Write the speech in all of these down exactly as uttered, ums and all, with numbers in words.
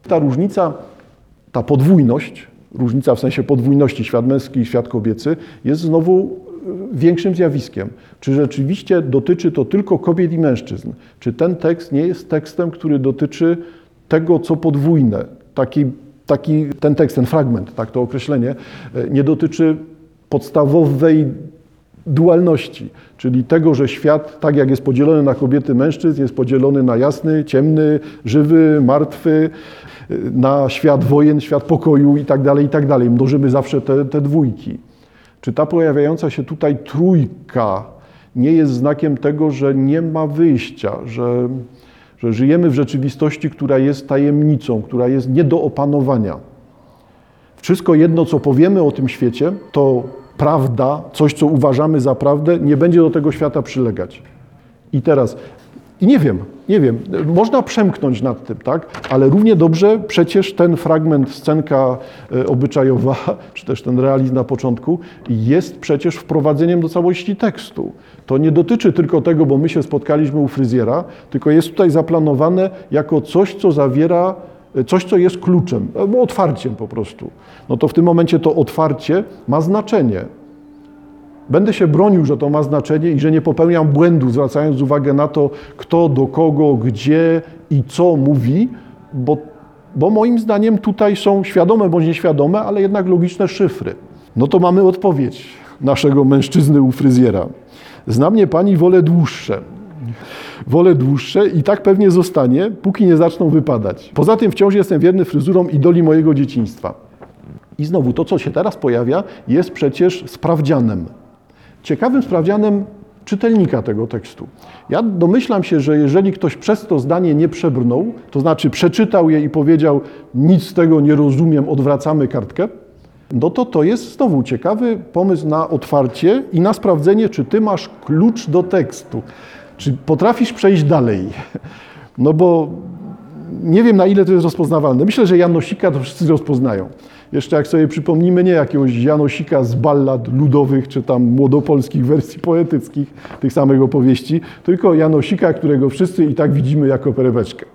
Ta różnica, ta podwójność, różnica w sensie podwójności świat męski i świat kobiecy jest znowu większym zjawiskiem. Czy rzeczywiście dotyczy to tylko kobiet i mężczyzn? Czy ten tekst nie jest tekstem, który dotyczy tego, co podwójne? Taki, taki, ten tekst, ten fragment, tak to określenie, nie dotyczy podstawowej dualności, czyli tego, że świat, tak jak jest podzielony na kobiety i mężczyzn, jest podzielony na jasny, ciemny, żywy, martwy, na świat wojen, świat pokoju i tak dalej, i tak dalej. Mnożymy zawsze te, te dwójki. Czy ta pojawiająca się tutaj trójka nie jest znakiem tego, że nie ma wyjścia, że, że żyjemy w rzeczywistości, która jest tajemnicą, która jest nie do opanowania? Wszystko jedno, co powiemy o tym świecie, to prawda, coś, co uważamy za prawdę, nie będzie do tego świata przylegać. I teraz, i nie wiem, nie wiem, można przemknąć nad tym, tak? Ale równie dobrze przecież ten fragment, scenka obyczajowa, czy też ten realizm na początku, jest przecież wprowadzeniem do całości tekstu. To nie dotyczy tylko tego, bo my się spotkaliśmy u fryzjera, tylko jest tutaj zaplanowane jako coś, co zawiera, coś, co jest kluczem, otwarciem po prostu. No to w tym momencie to otwarcie ma znaczenie. Będę się bronił, że to ma znaczenie i że nie popełniam błędu, zwracając uwagę na to, kto do kogo, gdzie i co mówi, bo, bo moim zdaniem tutaj są świadome bądź nieświadome, ale jednak logiczne szyfry. No to mamy odpowiedź naszego mężczyzny u fryzjera. Zna mnie pani, wolę dłuższe. Wolę dłuższe i tak pewnie zostanie, póki nie zaczną wypadać. Poza tym wciąż jestem wierny fryzurom idoli mojego dzieciństwa. I znowu to, co się teraz pojawia, jest przecież sprawdzianem. Ciekawym sprawdzianem czytelnika tego tekstu. Ja domyślam się, że jeżeli ktoś przez to zdanie nie przebrnął, to znaczy przeczytał je i powiedział, nic z tego nie rozumiem, odwracamy kartkę, no to to jest znowu ciekawy pomysł na otwarcie i na sprawdzenie, czy ty masz klucz do tekstu. Czy potrafisz przejść dalej? No bo nie wiem, na ile to jest rozpoznawalne. Myślę, że Janosika to wszyscy rozpoznają. Jeszcze jak sobie przypomnimy, nie jakiegoś Janosika z ballad ludowych, czy tam młodopolskich wersji poetyckich tych samych opowieści, tylko Janosika, którego wszyscy i tak widzimy jako perełeczkę.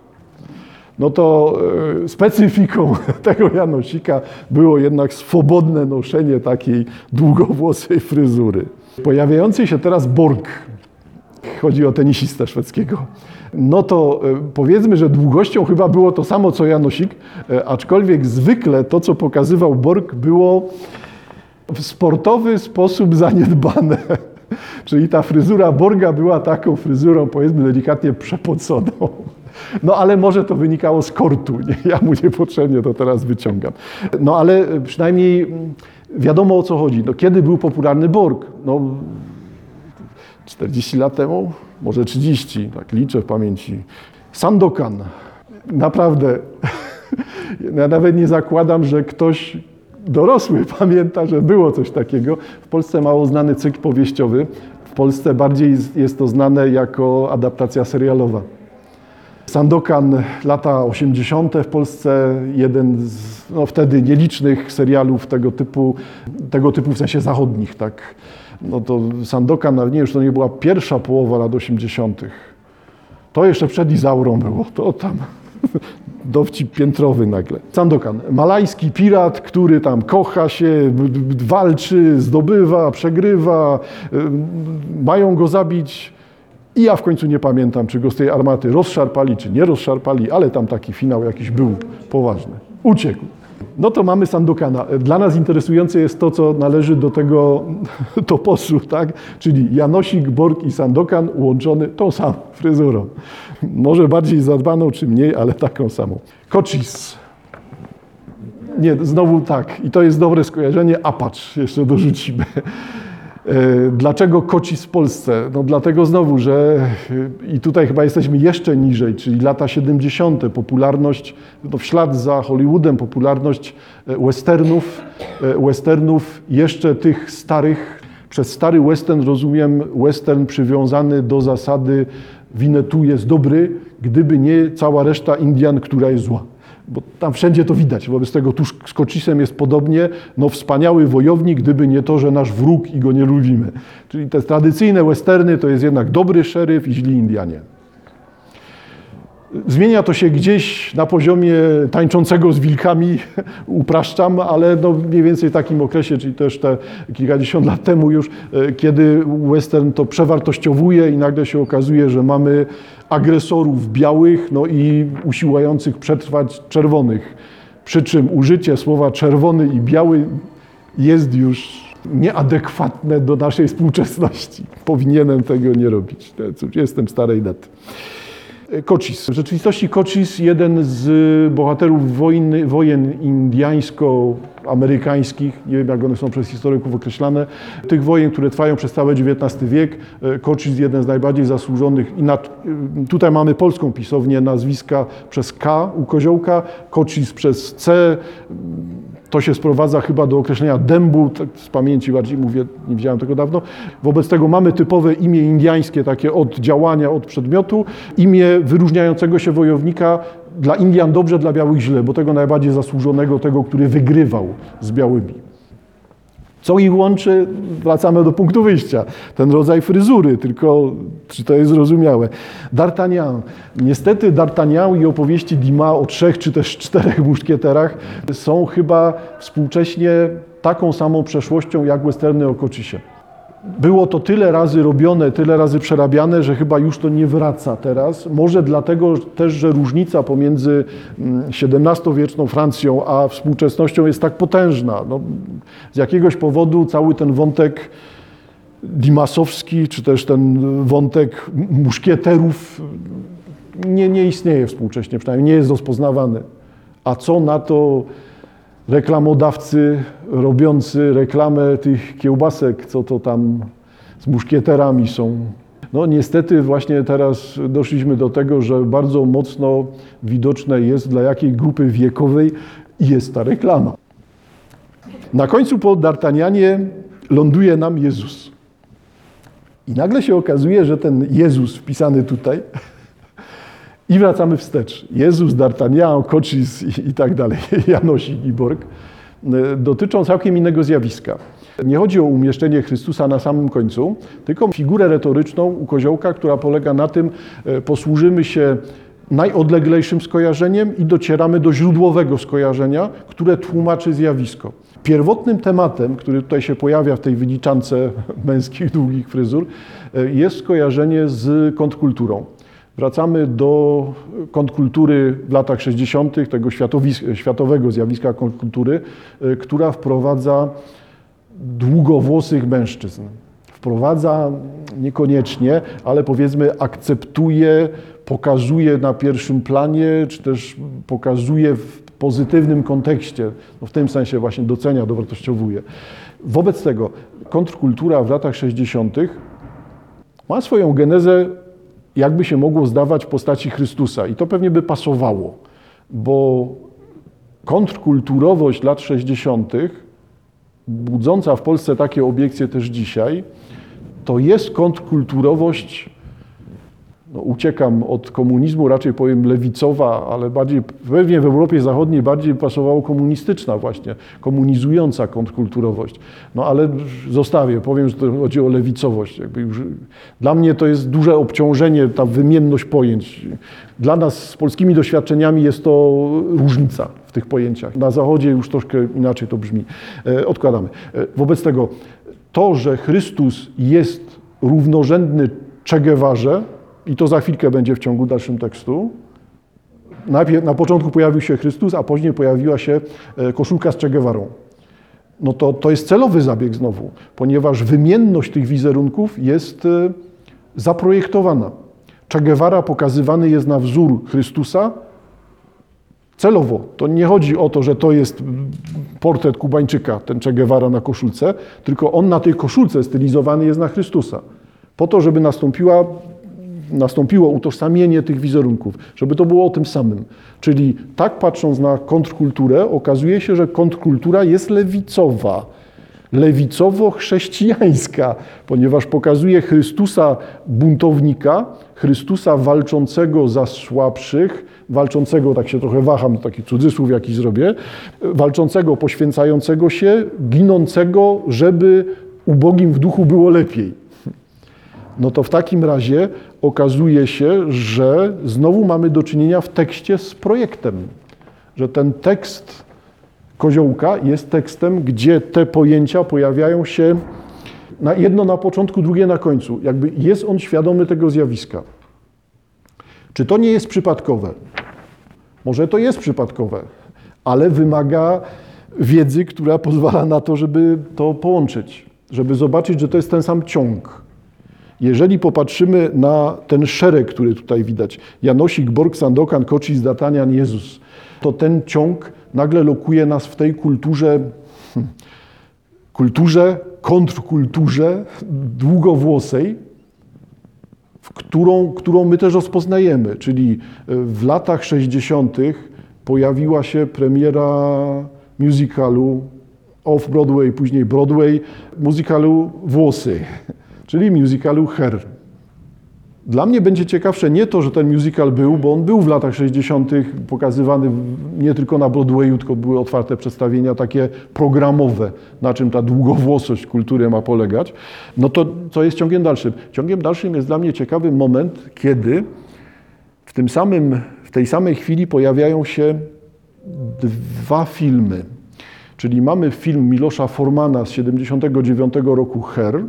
No to e, specyfiką tego Janosika było jednak swobodne noszenie takiej długowłosej fryzury. Pojawiający się teraz Borg, chodzi o tenisistę szwedzkiego, no to powiedzmy, że długością chyba było to samo, co Janosik, aczkolwiek zwykle to, co pokazywał Borg, było w sportowy sposób zaniedbane. Czyli ta fryzura Borga była taką fryzurą, powiedzmy, delikatnie przepoconą. No ale może to wynikało z kortu, nie? Ja mu niepotrzebnie to teraz wyciągam. No ale przynajmniej wiadomo, o co chodzi. No, kiedy był popularny Borg? No, czterdzieści lat temu? Może trzydzieści, tak liczę w pamięci. Sandokan. Naprawdę, ja nawet nie zakładam, że ktoś dorosły pamięta, że było coś takiego. W Polsce mało znany cykl powieściowy. W Polsce bardziej jest to znane jako adaptacja serialowa. Sandokan, lata osiemdziesiąte w Polsce, jeden z no, wtedy nielicznych serialów tego typu, tego typu w sensie zachodnich, tak. No to Sandokan, ale nie, już to nie była pierwsza połowa lat osiemdziesiątych. To jeszcze przed Izaurą było, to tam dowcip piętrowy nagle. Sandokan, malajski pirat, który tam kocha się, walczy, zdobywa, przegrywa, mają go zabić i ja w końcu nie pamiętam, czy go z tej armaty rozszarpali, czy nie rozszarpali, ale tam taki finał jakiś był poważny. Uciekł. No to mamy Sandokana. Dla nas interesujące jest to, co należy do tego toposu, tak? Czyli Janosik, Borg i Sandokan łączony tą samą fryzurą. Może bardziej zadbaną, czy mniej, ale taką samą. Kocis. Nie, znowu tak. I to jest dobre skojarzenie. Apacz jeszcze dorzucimy. Dlaczego Kocis w Polsce? No dlatego znowu, że i tutaj chyba jesteśmy jeszcze niżej, czyli lata siedemdziesiąte. Popularność, no w ślad za Hollywoodem, popularność westernów, westernów jeszcze tych starych. Przez stary western rozumiem western przywiązany do zasady Winnetou jest dobry, gdyby nie cała reszta Indian, która jest zła. Bo tam wszędzie to widać, wobec tego tu z Kocisem jest podobnie, no wspaniały wojownik, gdyby nie to, że nasz wróg i go nie lubimy. Czyli te tradycyjne westerny to jest jednak dobry szeryf i źli Indianie. Zmienia to się gdzieś na poziomie tańczącego z wilkami, upraszczam, ale no mniej więcej w takim okresie, czyli też te kilkadziesiąt lat temu już, kiedy western to przewartościowuje i nagle się okazuje, że mamy agresorów białych, no i usiłujących przetrwać czerwonych. Przy czym użycie słowa czerwony i biały jest już nieadekwatne do naszej współczesności. Powinienem tego nie robić. Cóż, jestem starej daty. Cochise. W rzeczywistości Cochise, jeden z bohaterów wojny, wojen indiańsko-amerykańskich, nie wiem jak one są przez historyków określane, tych wojen, które trwają przez cały dziewiętnasty wiek. Cochise, jeden z najbardziej zasłużonych, i nad, tutaj mamy polską pisownię, nazwiska przez K u Koziołka, Cochise przez C. To się sprowadza chyba do określenia dębu, tak z pamięci bardziej mówię, nie widziałem tego dawno. Wobec tego mamy typowe imię indiańskie, takie od działania, od przedmiotu, imię wyróżniającego się wojownika, dla Indian dobrze, dla białych źle, bo tego najbardziej zasłużonego, tego, który wygrywał z białymi. Co ich łączy? Wracamy do punktu wyjścia. Ten rodzaj fryzury, tylko czy to jest zrozumiałe? D'Artagnan. Niestety D'Artagnan i opowieści Dumas o trzech czy też czterech muszkieterach są chyba współcześnie taką samą przeszłością jak westerny o Cochisie. Było to tyle razy robione, tyle razy przerabiane, że chyba już to nie wraca teraz. Może dlatego też, że różnica pomiędzy siedemnastowieczną Francją a współczesnością jest tak potężna. No, z jakiegoś powodu cały ten wątek dimasowski, czy też ten wątek muszkieterów nie, nie istnieje współcześnie, przynajmniej nie jest rozpoznawany. A co na to reklamodawcy robiący reklamę tych kiełbasek, co to tam z muszkieterami są. No niestety właśnie teraz doszliśmy do tego, że bardzo mocno widoczne jest, dla jakiej grupy wiekowej jest ta reklama. Na końcu po D'Artagnanie ląduje nam Jezus. I nagle się okazuje, że ten Jezus wpisany tutaj i wracamy wstecz. Jezus, D'Artagnan, Cochise i, i tak dalej, Janosik i Borg, dotyczą całkiem innego zjawiska. Nie chodzi o umieszczenie Chrystusa na samym końcu, tylko figurę retoryczną u Koziołka, która polega na tym, posłużymy się najodleglejszym skojarzeniem i docieramy do źródłowego skojarzenia, które tłumaczy zjawisko. Pierwotnym tematem, który tutaj się pojawia w tej wyliczance męskich, długich fryzur, jest skojarzenie z kontrkulturą. Wracamy do kontrkultury w latach sześćdziesiątych, tego światowego zjawiska kontrkultury, która wprowadza długowłosych mężczyzn. Wprowadza niekoniecznie, ale powiedzmy akceptuje, pokazuje na pierwszym planie, czy też pokazuje w pozytywnym kontekście, no w tym sensie właśnie docenia, dowartościowuje. Wobec tego kontrkultura w latach sześćdziesiątych ma swoją genezę, jakby się mogło zdawać, w postaci Chrystusa. I to pewnie by pasowało, bo kontrkulturowość lat sześćdziesiątych, budząca w Polsce takie obiekcje też dzisiaj, to jest kontrkulturowość, no uciekam od komunizmu, raczej powiem lewicowa, ale bardziej, pewnie w Europie Zachodniej bardziej pasowało komunistyczna właśnie, komunizująca kontrkulturowość. No ale zostawię, powiem, że to chodzi o lewicowość. Jakby już, dla mnie to jest duże obciążenie, ta wymienność pojęć. Dla nas z polskimi doświadczeniami jest to różnica w tych pojęciach. Na Zachodzie już troszkę inaczej to brzmi. E, odkładamy. E, wobec tego to, że Chrystus jest równorzędny Che Guevarze, i to za chwilkę będzie w ciągu dalszym tekstu. Najpierw, na początku pojawił się Chrystus, a później pojawiła się koszulka z Che Guevarą. No to, to jest celowy zabieg znowu, ponieważ wymienność tych wizerunków jest zaprojektowana. Che Guevara pokazywany jest na wzór Chrystusa celowo. To nie chodzi o to, że to jest portret Kubańczyka, ten Che Guevara na koszulce, tylko on na tej koszulce stylizowany jest na Chrystusa. Po to, żeby nastąpiła nastąpiło utożsamienie tych wizerunków, żeby to było o tym samym. Czyli tak patrząc na kontrkulturę, okazuje się, że kontrkultura jest lewicowa, lewicowo-chrześcijańska, ponieważ pokazuje Chrystusa buntownika, Chrystusa walczącego za słabszych, walczącego, tak się trochę waham, taki cudzysłów jakiś zrobię, walczącego, poświęcającego się, ginącego, żeby ubogim w duchu było lepiej. no to w takim razie okazuje się, że znowu mamy do czynienia w tekście z projektem, że ten tekst Koziołka jest tekstem, gdzie te pojęcia pojawiają się na jedno na początku, drugie na końcu. Jakby jest on świadomy tego zjawiska. Czy to nie jest przypadkowe? Może to jest przypadkowe, ale wymaga wiedzy, która pozwala na to, żeby to połączyć, żeby zobaczyć, że to jest ten sam ciąg. Jeżeli popatrzymy na ten szereg, który tutaj widać, Janosik, Borg, Sandokan, Kocsis, D'Artagnan, Jezus, to ten ciąg nagle lokuje nas w tej kulturze, hmm, kulturze, kontrkulturze długowłosej, w którą, którą my też rozpoznajemy. Czyli w latach sześćdziesiątych pojawiła się premiera musicalu off-Broadway, później Broadway, musicalu Włosy, czyli musicalu Her. Dla mnie będzie ciekawsze nie to, że ten musical był, bo on był w latach sześćdziesiątych pokazywany nie tylko na Broadwayu, tylko były otwarte przedstawienia takie programowe, na czym ta długowłosość kultury ma polegać. No to co jest ciągiem dalszym? Ciągiem dalszym jest dla mnie ciekawy moment, kiedy w tym samym, w tej samej chwili pojawiają się dwa filmy. Czyli mamy film Milosza Formana z siedemdziesiątego dziewiątego roku Her.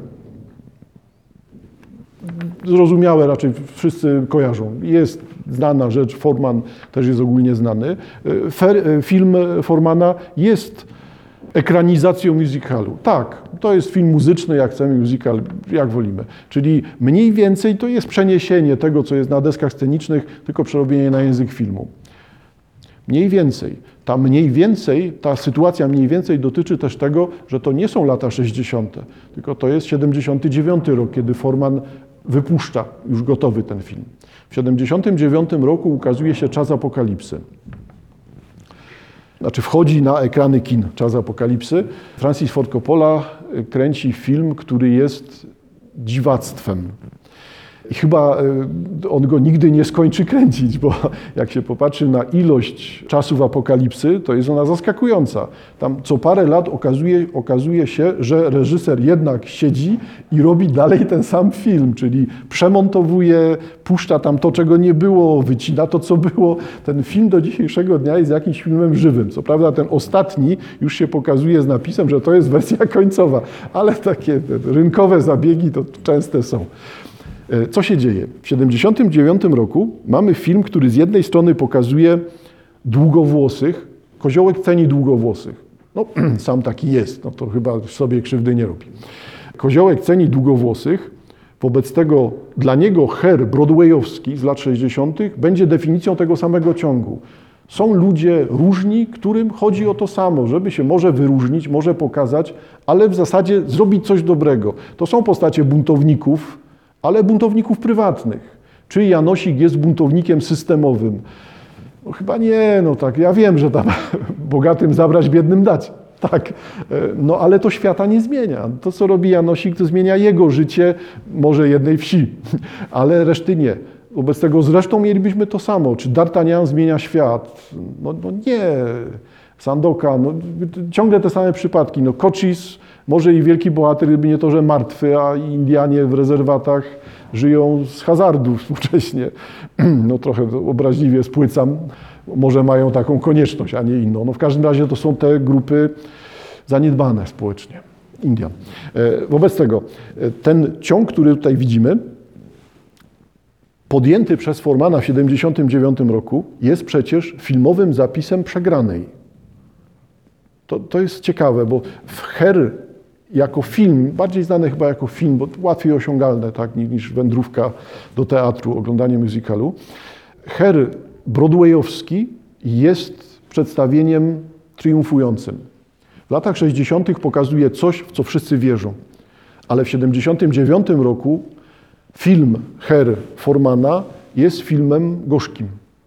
Zrozumiałe, raczej wszyscy kojarzą. Jest znana rzecz, Forman też jest ogólnie znany. Fer, film Formana jest ekranizacją musicalu. Tak, to jest film muzyczny, jak chcemy, musical, jak wolimy. Czyli mniej więcej to jest przeniesienie tego, co jest na deskach scenicznych, tylko przerobienie na język filmu. Mniej więcej. Ta mniej więcej, ta sytuacja mniej więcej dotyczy też tego, że to nie są lata sześćdziesiąte, tylko to jest siedemdziesiąty dziewiąty rok, kiedy Forman wypuszcza już gotowy ten film. W siedemdziesiątym dziewiątym roku ukazuje się Czas Apokalipsy. Znaczy wchodzi na ekrany kin Czas Apokalipsy. Francis Ford Coppola kręci film, który jest dziwactwem. I chyba on go nigdy nie skończy kręcić, bo jak się popatrzy na ilość czasów apokalipsy, to jest ona zaskakująca. Tam co parę lat okazuje, okazuje się, że reżyser jednak siedzi i robi dalej ten sam film, czyli przemontowuje, puszcza tam to, czego nie było, wycina to, co było. Ten film do dzisiejszego dnia jest jakimś filmem żywym. Co prawda ten ostatni już się pokazuje z napisem, że to jest wersja końcowa, ale takie rynkowe zabiegi to częste są. Co się dzieje? W siedemdziesiątym dziewiątym roku mamy film, który z jednej strony pokazuje długowłosych. Koziołek ceni długowłosych. No, sam taki jest, no to chyba sobie krzywdy nie robi. Koziołek ceni długowłosych, wobec tego dla niego Her broadwayowski z lat sześćdziesiątych będzie definicją tego samego ciągu. Są ludzie różni, którym chodzi o to samo, żeby się może wyróżnić, może pokazać, ale w zasadzie zrobić coś dobrego. To są postacie buntowników, ale buntowników prywatnych. Czy Janosik jest buntownikiem systemowym? No chyba nie, no tak, ja wiem, że tam bogatym zabrać, biednym dać. Tak, no ale to świata nie zmienia. To, co robi Janosik, to zmienia jego życie, może jednej wsi, ale reszty nie. Wobec tego zresztą mielibyśmy to samo. Czy D'Artagnan zmienia świat? No, no nie. Sandokan, no, ciągle te same przypadki. No Kocsis, może i wielki bohater, gdyby nie to, że martwy, a Indianie w rezerwatach żyją z hazardu współcześnie. No trochę obraźliwie spłycam. Może mają taką konieczność, a nie inną. No w każdym razie to są te grupy zaniedbane społecznie. Indian. Wobec tego ten ciąg, który tutaj widzimy, podjęty przez Formana w siedemdziesiątym dziewiątym roku, jest przecież filmowym zapisem przegranej. To, to jest ciekawe, bo w Her jako film, bardziej znany chyba jako film, bo łatwiej osiągalne tak, niż wędrówka do teatru, oglądanie musicalu, Her broadwayowski jest przedstawieniem triumfującym. W latach sześćdziesiątych pokazuje coś, w co wszyscy wierzą, ale w siedemdziesiątym dziewiątym roku film Her Formana jest filmem gorzkim.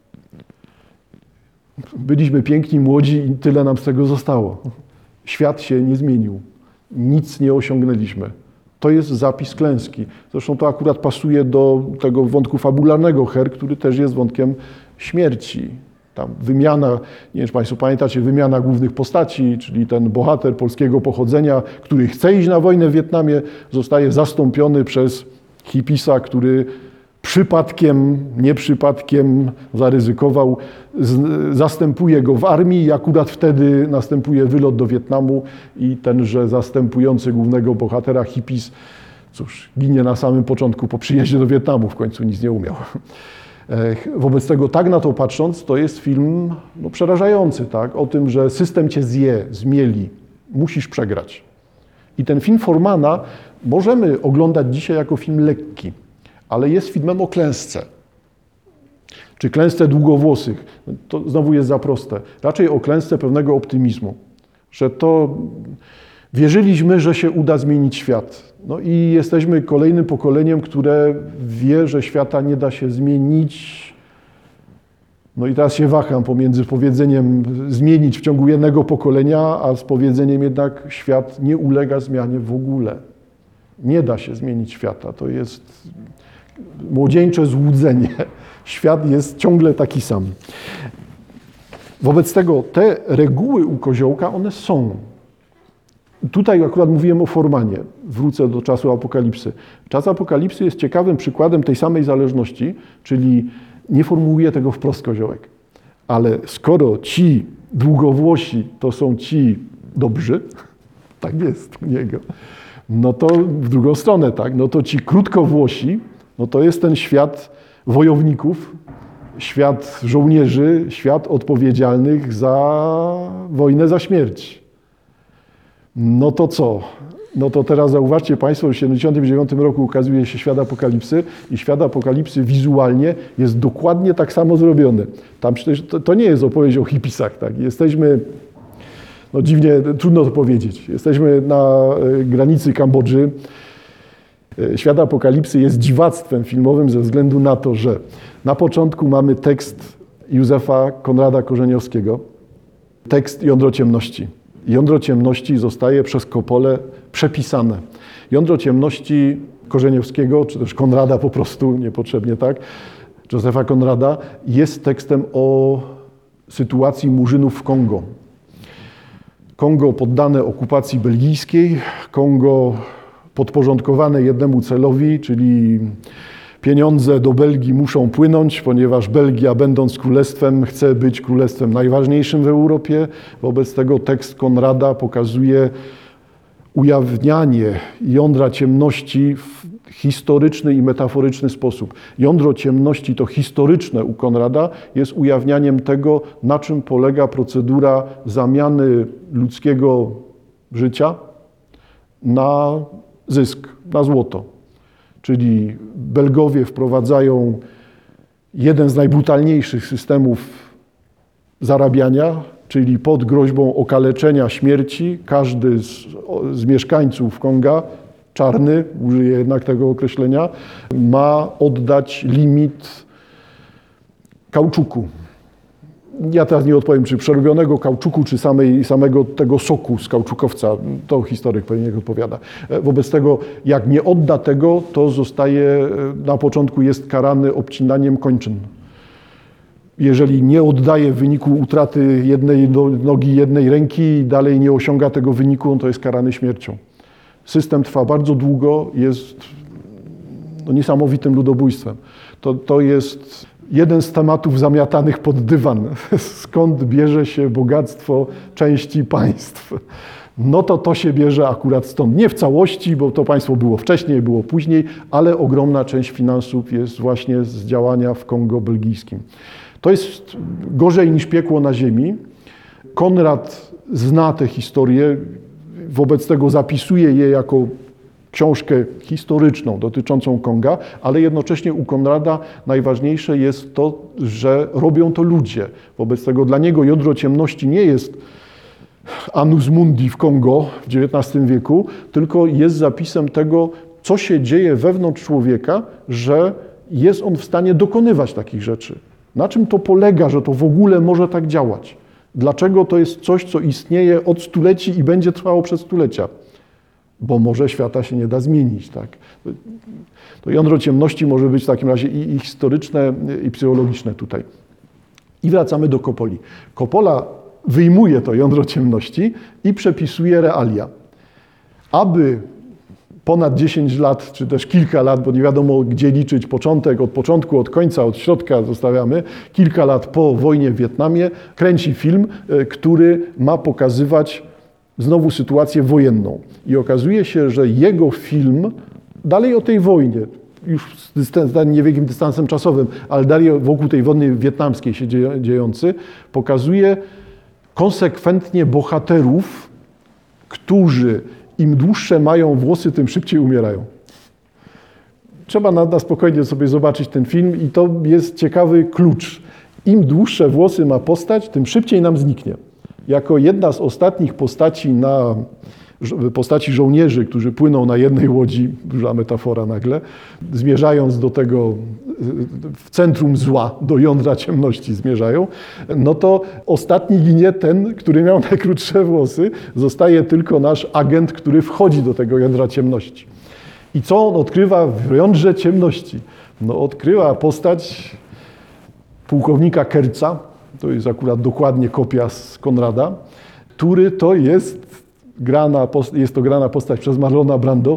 Byliśmy piękni, młodzi i tyle nam z tego zostało. Świat się nie zmienił. Nic nie osiągnęliśmy. To jest zapis klęski. Zresztą to akurat pasuje do tego wątku fabularnego Her, który też jest wątkiem śmierci. Tam wymiana, nie wiem, czy Państwo pamiętacie, wymiana głównych postaci, czyli ten bohater polskiego pochodzenia, który chce iść na wojnę w Wietnamie, zostaje zastąpiony przez Hippisa, który przypadkiem, nie przypadkiem zaryzykował, z, zastępuje go w armii i akurat wtedy następuje wylot do Wietnamu i tenże zastępujący głównego bohatera Hippis, cóż, ginie na samym początku po przyjeździe do Wietnamu, w końcu nic nie umiał. Wobec tego, tak na to patrząc, to jest film no, przerażający, tak? O tym, że system cię zje, zmieli, musisz przegrać. I ten film Formana możemy oglądać dzisiaj jako film lekki, ale jest filmem o klęsce. Czy klęsce długowłosych. To znowu jest za proste. Raczej o klęsce pewnego optymizmu, że to wierzyliśmy, że się uda zmienić świat. No i jesteśmy kolejnym pokoleniem, które wie, że świata nie da się zmienić. No i teraz się waham pomiędzy powiedzeniem zmienić w ciągu jednego pokolenia, a z powiedzeniem jednak świat nie ulega zmianie w ogóle. Nie da się zmienić świata. To jest młodzieńcze złudzenie. Świat jest ciągle taki sam. Wobec tego te reguły u Koziołka, one są. Tutaj akurat mówiłem o Formanie. Wrócę do czasu apokalipsy. Czas apokalipsy jest ciekawym przykładem tej samej zależności, czyli nie formułuje tego wprost Koziołek. Ale skoro ci długowłosi to są ci dobrzy, tak jest u niego, no to w drugą stronę, tak, no to ci krótkowłosi, no to jest ten świat wojowników, świat żołnierzy, świat odpowiedzialnych za wojnę, za śmierć. No to co? No to teraz zauważcie Państwo, że w tysiąc dziewięćset siedemdziesiątym dziewiątym roku ukazuje się Świat Apokalipsy i Świat Apokalipsy wizualnie jest dokładnie tak samo zrobiony. Tam przecież to, to nie jest opowieść o hipisach, tak? Jesteśmy, no dziwnie, trudno to powiedzieć, jesteśmy na granicy Kambodży. Świat Apokalipsy jest dziwactwem filmowym ze względu na to, że na początku mamy tekst Józefa Konrada Korzeniowskiego, tekst Jądro ciemności. Jądro ciemności zostaje przez Coppolę przepisane. Jądro ciemności Korzeniowskiego, czy też Konrada po prostu, niepotrzebnie tak, Józefa Konrada, jest tekstem o sytuacji Murzynów w Kongo. Kongo poddane okupacji belgijskiej, Kongo podporządkowane jednemu celowi, czyli pieniądze do Belgii muszą płynąć, ponieważ Belgia, będąc królestwem, chce być królestwem najważniejszym w Europie. Wobec tego tekst Konrada pokazuje ujawnianie jądra ciemności w historyczny i metaforyczny sposób. Jądro ciemności, to historyczne u Konrada, jest ujawnianiem tego, na czym polega procedura zamiany ludzkiego życia na zysk, na złoto. Czyli Belgowie wprowadzają jeden z najbrutalniejszych systemów zarabiania, czyli pod groźbą okaleczenia, śmierci, każdy z, z mieszkańców Konga, czarny, użyję jednak tego określenia, ma oddać limit kauczuku. Ja teraz nie odpowiem, czy przerobionego kauczuku, czy samej, samego tego soku z kauczukowca. To historyk pewnie niech odpowiada. Wobec tego, jak nie odda tego, to zostaje, na początku jest karany obcinaniem kończyn. Jeżeli nie oddaje w wyniku utraty jednej nogi, jednej ręki i dalej nie osiąga tego wyniku, to jest karany śmiercią. System trwa bardzo długo, jest no, niesamowitym ludobójstwem. To, to jest jeden z tematów zamiatanych pod dywan. Skąd bierze się bogactwo części państw? No to to się bierze akurat stąd. Nie w całości, bo to państwo było wcześniej, było później, ale ogromna część finansów jest właśnie z działania w Kongo belgijskim. To jest gorzej niż piekło na ziemi. Konrad zna tę historię, wobec tego zapisuje je jako książkę historyczną dotyczącą Konga, ale jednocześnie u Konrada najważniejsze jest to, że robią to ludzie. Wobec tego dla niego jądro ciemności nie jest annus mundi w Kongo w dziewiętnastym wieku, tylko jest zapisem tego, co się dzieje wewnątrz człowieka, że jest on w stanie dokonywać takich rzeczy. Na czym to polega, że to w ogóle może tak działać? Dlaczego to jest coś, co istnieje od stuleci i będzie trwało przez stulecia? Bo może świata się nie da zmienić, tak? To jądro ciemności może być w takim razie i, i historyczne, i psychologiczne tutaj. I wracamy do Coppoli. Coppola wyjmuje to jądro ciemności i przepisuje realia. Aby ponad dziesięć lat, czy też kilka lat, bo nie wiadomo gdzie liczyć początek, od początku, od końca, od środka zostawiamy, kilka lat po wojnie w Wietnamie, kręci film, który ma pokazywać znowu sytuację wojenną. I okazuje się, że jego film dalej o tej wojnie, już z dystans, niewielkim dystansem czasowym, ale dalej wokół tej wojny wietnamskiej się dziejący, pokazuje konsekwentnie bohaterów, którzy im dłuższe mają włosy, tym szybciej umierają. Trzeba na, na spokojnie sobie zobaczyć ten film i to jest ciekawy klucz. Im dłuższe włosy ma postać, tym szybciej nam zniknie. Jako jedna z ostatnich postaci na postaci żołnierzy, którzy płyną na jednej łodzi, duża metafora nagle, zmierzając do tego w centrum zła, do jądra ciemności zmierzają, no to ostatni ginie ten, który miał najkrótsze włosy, zostaje tylko nasz agent, który wchodzi do tego jądra ciemności. I co on odkrywa w jądrze ciemności? No odkrywa postać pułkownika Kerca, to jest akurat dokładnie kopia z Konrada, który to jest grana, jest to grana postać przez Marlona Brando.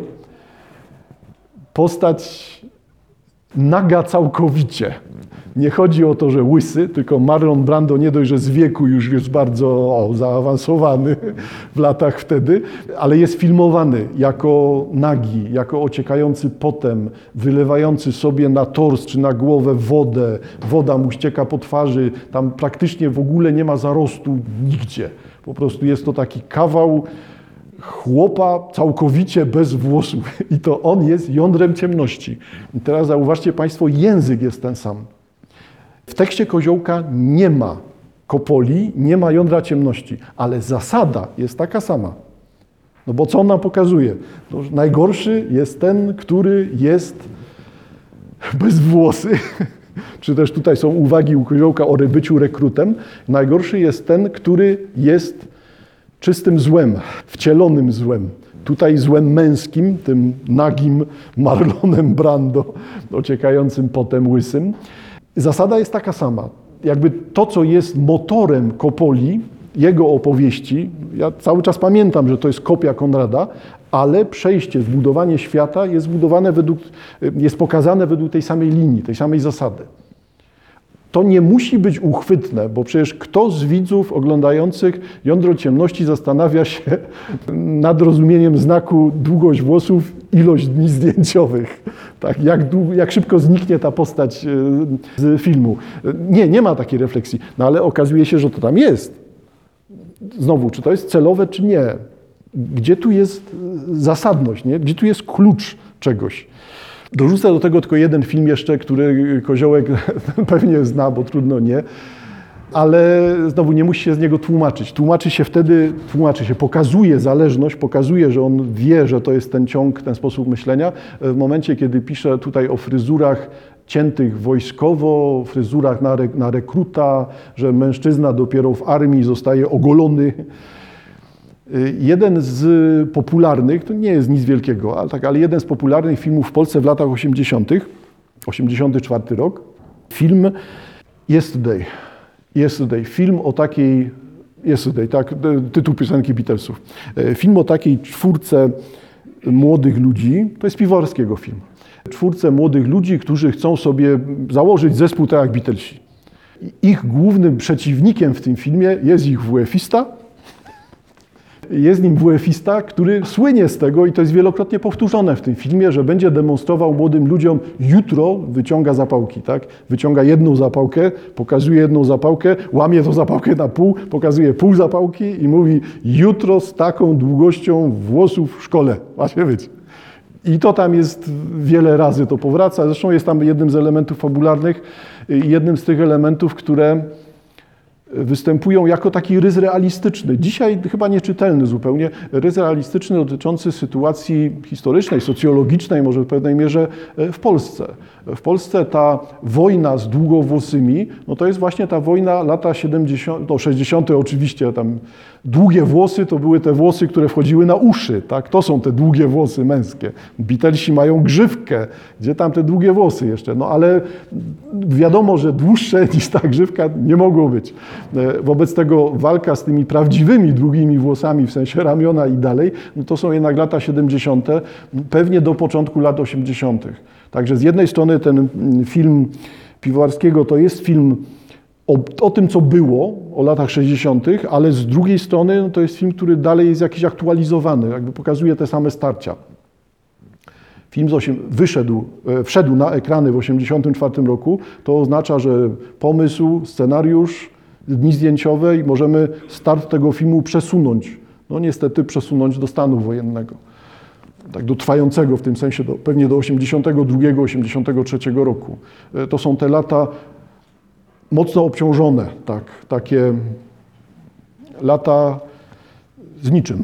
Postać naga całkowicie. Nie chodzi o to, że łysy, tylko Marlon Brando nie dość, że z wieku już jest bardzo o, zaawansowany w latach wtedy, ale jest filmowany jako nagi, jako ociekający potem, wylewający sobie na tors czy na głowę wodę. Woda mu ścieka po twarzy, tam praktycznie w ogóle nie ma zarostu nigdzie. Po prostu jest to taki kawał chłopa całkowicie bez włosów i to on jest jądrem ciemności. I teraz zauważcie Państwo, język jest ten sam. W tekście Koziołka nie ma kopoli, nie ma jądra ciemności, ale zasada jest taka sama. No bo co on nam pokazuje? No, najgorszy jest ten, który jest bez włosy. Czy też tutaj są uwagi u Koziołka o byciu rekrutem. Najgorszy jest ten, który jest czystym złem, wcielonym złem. Tutaj złem męskim, tym nagim Marlonem Brando, ociekającym potem łysym. Zasada jest taka sama. Jakby to, co jest motorem Coppoli, jego opowieści, ja cały czas pamiętam, że to jest kopia Konrada, ale przejście, zbudowanie świata jest zbudowane według, jest pokazane według tej samej linii, tej samej zasady. To nie musi być uchwytne, bo przecież kto z widzów oglądających Jądro ciemności zastanawia się nad rozumieniem znaku długość włosów, ilość dni zdjęciowych. Tak, jak, długo, jak szybko zniknie ta postać z filmu. Nie, nie ma takiej refleksji, no ale okazuje się, że to tam jest. Znowu, czy to jest celowe, czy nie? Gdzie tu jest zasadność, nie? Gdzie tu jest klucz czegoś? Dorzucę do tego tylko jeden film jeszcze, który Koziołek pewnie zna, bo trudno nie, ale znowu nie musi się z niego tłumaczyć. Tłumaczy się wtedy, tłumaczy się, pokazuje zależność, pokazuje, że on wie, że to jest ten ciąg, ten sposób myślenia. W momencie, kiedy pisze tutaj o fryzurach ciętych wojskowo, fryzurach na, re, na rekruta, że mężczyzna dopiero w armii zostaje ogolony. Jeden z popularnych, to nie jest nic wielkiego, ale, tak, ale jeden z popularnych filmów w Polsce w latach osiemdziesiątych, osiemdziesiąty czwarty rok, film Yesterday. Yesterday, film o takiej, Yesterday, tak, tytuł piosenki Beatlesów. Film o takiej czwórce młodych ludzi, to jest Piwowarskiego film. Czwórce młodych ludzi, którzy chcą sobie założyć zespół tak jak Beatlesi. Ich głównym przeciwnikiem w tym filmie jest ich wuefista. Jest nim wuefista, który słynie z tego, i to jest wielokrotnie powtórzone w tym filmie, że będzie demonstrował młodym ludziom, jutro wyciąga zapałki, tak? Wyciąga jedną zapałkę, pokazuje jedną zapałkę, łamie tą zapałkę na pół, pokazuje pół zapałki i mówi, jutro z taką długością włosów w szkole macie być. I to tam jest wiele razy, to powraca. Zresztą jest tam jednym z elementów fabularnych, jednym z tych elementów, które występują jako taki rys realistyczny. Dzisiaj chyba nieczytelny zupełnie, rys realistyczny dotyczący sytuacji historycznej, socjologicznej, może w pewnej mierze w Polsce. W Polsce ta wojna z długowłosymi, no to jest właśnie ta wojna lata siedemdziesiąte, no sześćdziesiąte oczywiście, tam długie włosy to były te włosy, które wchodziły na uszy, tak? To są te długie włosy męskie. Beatlesi mają grzywkę, gdzie tam te długie włosy jeszcze, no ale wiadomo, że dłuższe niż ta grzywka nie mogło być. Wobec tego walka z tymi prawdziwymi długimi włosami, w sensie ramiona i dalej, no to są jednak lata siedemdziesiąte, pewnie do początku lat osiemdziesiątych. Także z jednej strony ten film Piwowarskiego to jest film o, o tym, co było, o latach sześćdziesiątych, ale z drugiej strony no to jest film, który dalej jest jakiś aktualizowany, jakby pokazuje te same starcia. Film z osiem, wyszedł, wszedł na ekrany w osiemdziesiątym czwartym roku, to oznacza, że pomysł, scenariusz, dni zdjęciowe i możemy start tego filmu przesunąć. No niestety przesunąć do stanu wojennego. Tak do trwającego w tym sensie, do, pewnie do osiemdziesiątego drugiego osiemdziesiątego trzeciego roku. To są te lata mocno obciążone, tak, takie lata z niczym.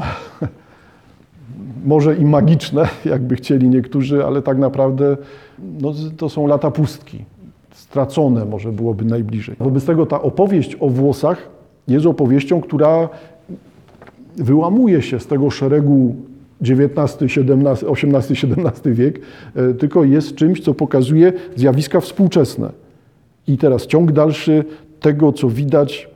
Może i magiczne, jakby chcieli niektórzy, ale tak naprawdę no, to są lata pustki. Stracone może byłoby najbliżej. Wobec tego ta opowieść o włosach jest opowieścią, która wyłamuje się z tego szeregu dziewiętnasty, siedemnasty, osiemnasty, siedemnasty wiek, tylko jest czymś, co pokazuje zjawiska współczesne. I teraz ciąg dalszy tego, co widać.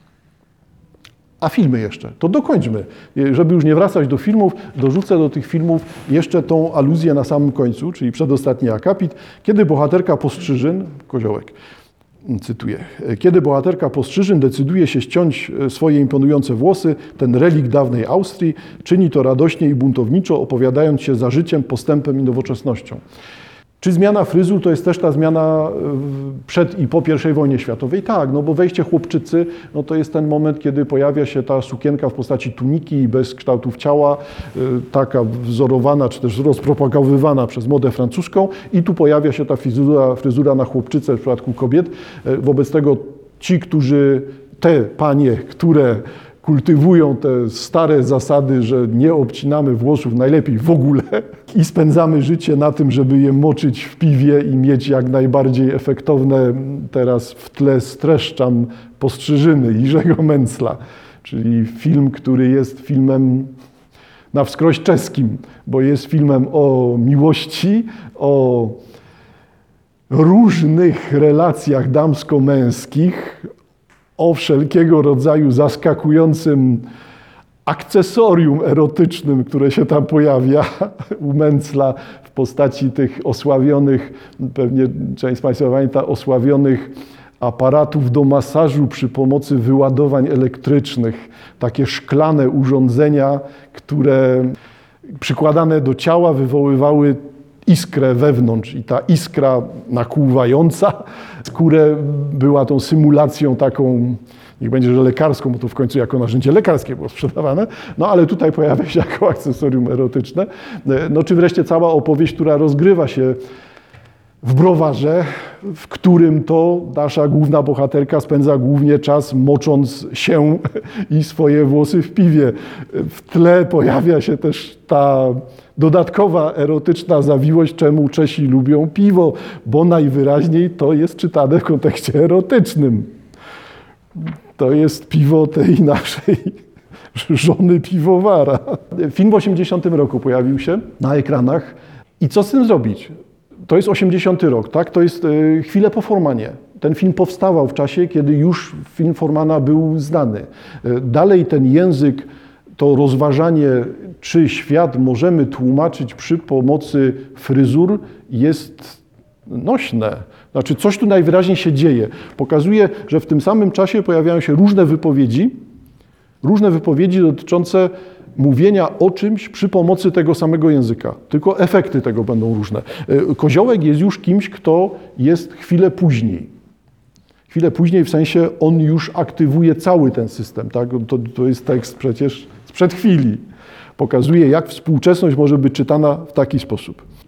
A filmy jeszcze, to dokończmy. Żeby już nie wracać do filmów, dorzucę do tych filmów jeszcze tą aluzję na samym końcu, czyli przedostatni akapit, kiedy bohaterka Postrzyżyn, Koziołek, cytuję, kiedy bohaterka Postrzyżyn decyduje się ściąć swoje imponujące włosy, ten relikt dawnej Austrii, czyni to radośnie i buntowniczo, opowiadając się za życiem, postępem i nowoczesnością. Czy zmiana fryzur to jest też ta zmiana przed i po pierwszej wojnie światowej? Tak, no bo wejście chłopczycy, no to jest ten moment, kiedy pojawia się ta sukienka w postaci tuniki bez kształtów ciała, taka wzorowana czy też rozpropagowywana przez modę francuską i tu pojawia się ta fryzura, fryzura na chłopczyce w przypadku kobiet. Wobec tego ci, którzy, te panie, które kultywują te stare zasady, że nie obcinamy włosów najlepiej w ogóle i spędzamy życie na tym, żeby je moczyć w piwie i mieć jak najbardziej efektowne. Teraz w tle streszczam Postrzyżyny Jerzego Mencla, czyli film, który jest filmem na wskroś czeskim, bo jest filmem o miłości, o różnych relacjach damsko-męskich, o wszelkiego rodzaju zaskakującym akcesorium erotycznym, które się tam pojawia u Mencla w postaci tych osławionych, pewnie część z Państwa pamięta, osławionych aparatów do masażu przy pomocy wyładowań elektrycznych. Takie szklane urządzenia, które przykładane do ciała wywoływały iskrę wewnątrz i ta iskra nakłuwająca skórę była tą symulacją taką, niech będzie, że lekarską, bo to w końcu jako narzędzie lekarskie było sprzedawane, no ale tutaj pojawia się jako akcesorium erotyczne. No czy wreszcie cała opowieść, która rozgrywa się w browarze, w którym to nasza główna bohaterka spędza głównie czas mocząc się i swoje włosy w piwie. W tle pojawia się też ta dodatkowa erotyczna zawiłość, czemu Czesi lubią piwo, bo najwyraźniej to jest czytane w kontekście erotycznym. To jest piwo tej naszej żony piwowara. Film w osiemdziesiątym roku pojawił się na ekranach i co z tym zrobić? To jest osiemdziesiąty rok, tak? To jest y, chwilę po Formanie. Ten film powstawał w czasie, kiedy już film Formana był znany. Y, dalej ten język, to rozważanie, czy świat możemy tłumaczyć przy pomocy fryzur, jest nośne. Znaczy coś tu najwyraźniej się dzieje. Pokazuje, że w tym samym czasie pojawiają się różne wypowiedzi, różne wypowiedzi dotyczące mówienia o czymś przy pomocy tego samego języka. Tylko efekty tego będą różne. Koziołek jest już kimś, kto jest chwilę później. Chwilę później w sensie on już aktywuje cały ten system. Tak? To, to jest tekst przecież sprzed chwili. Pokazuje, jak współczesność może być czytana w taki sposób.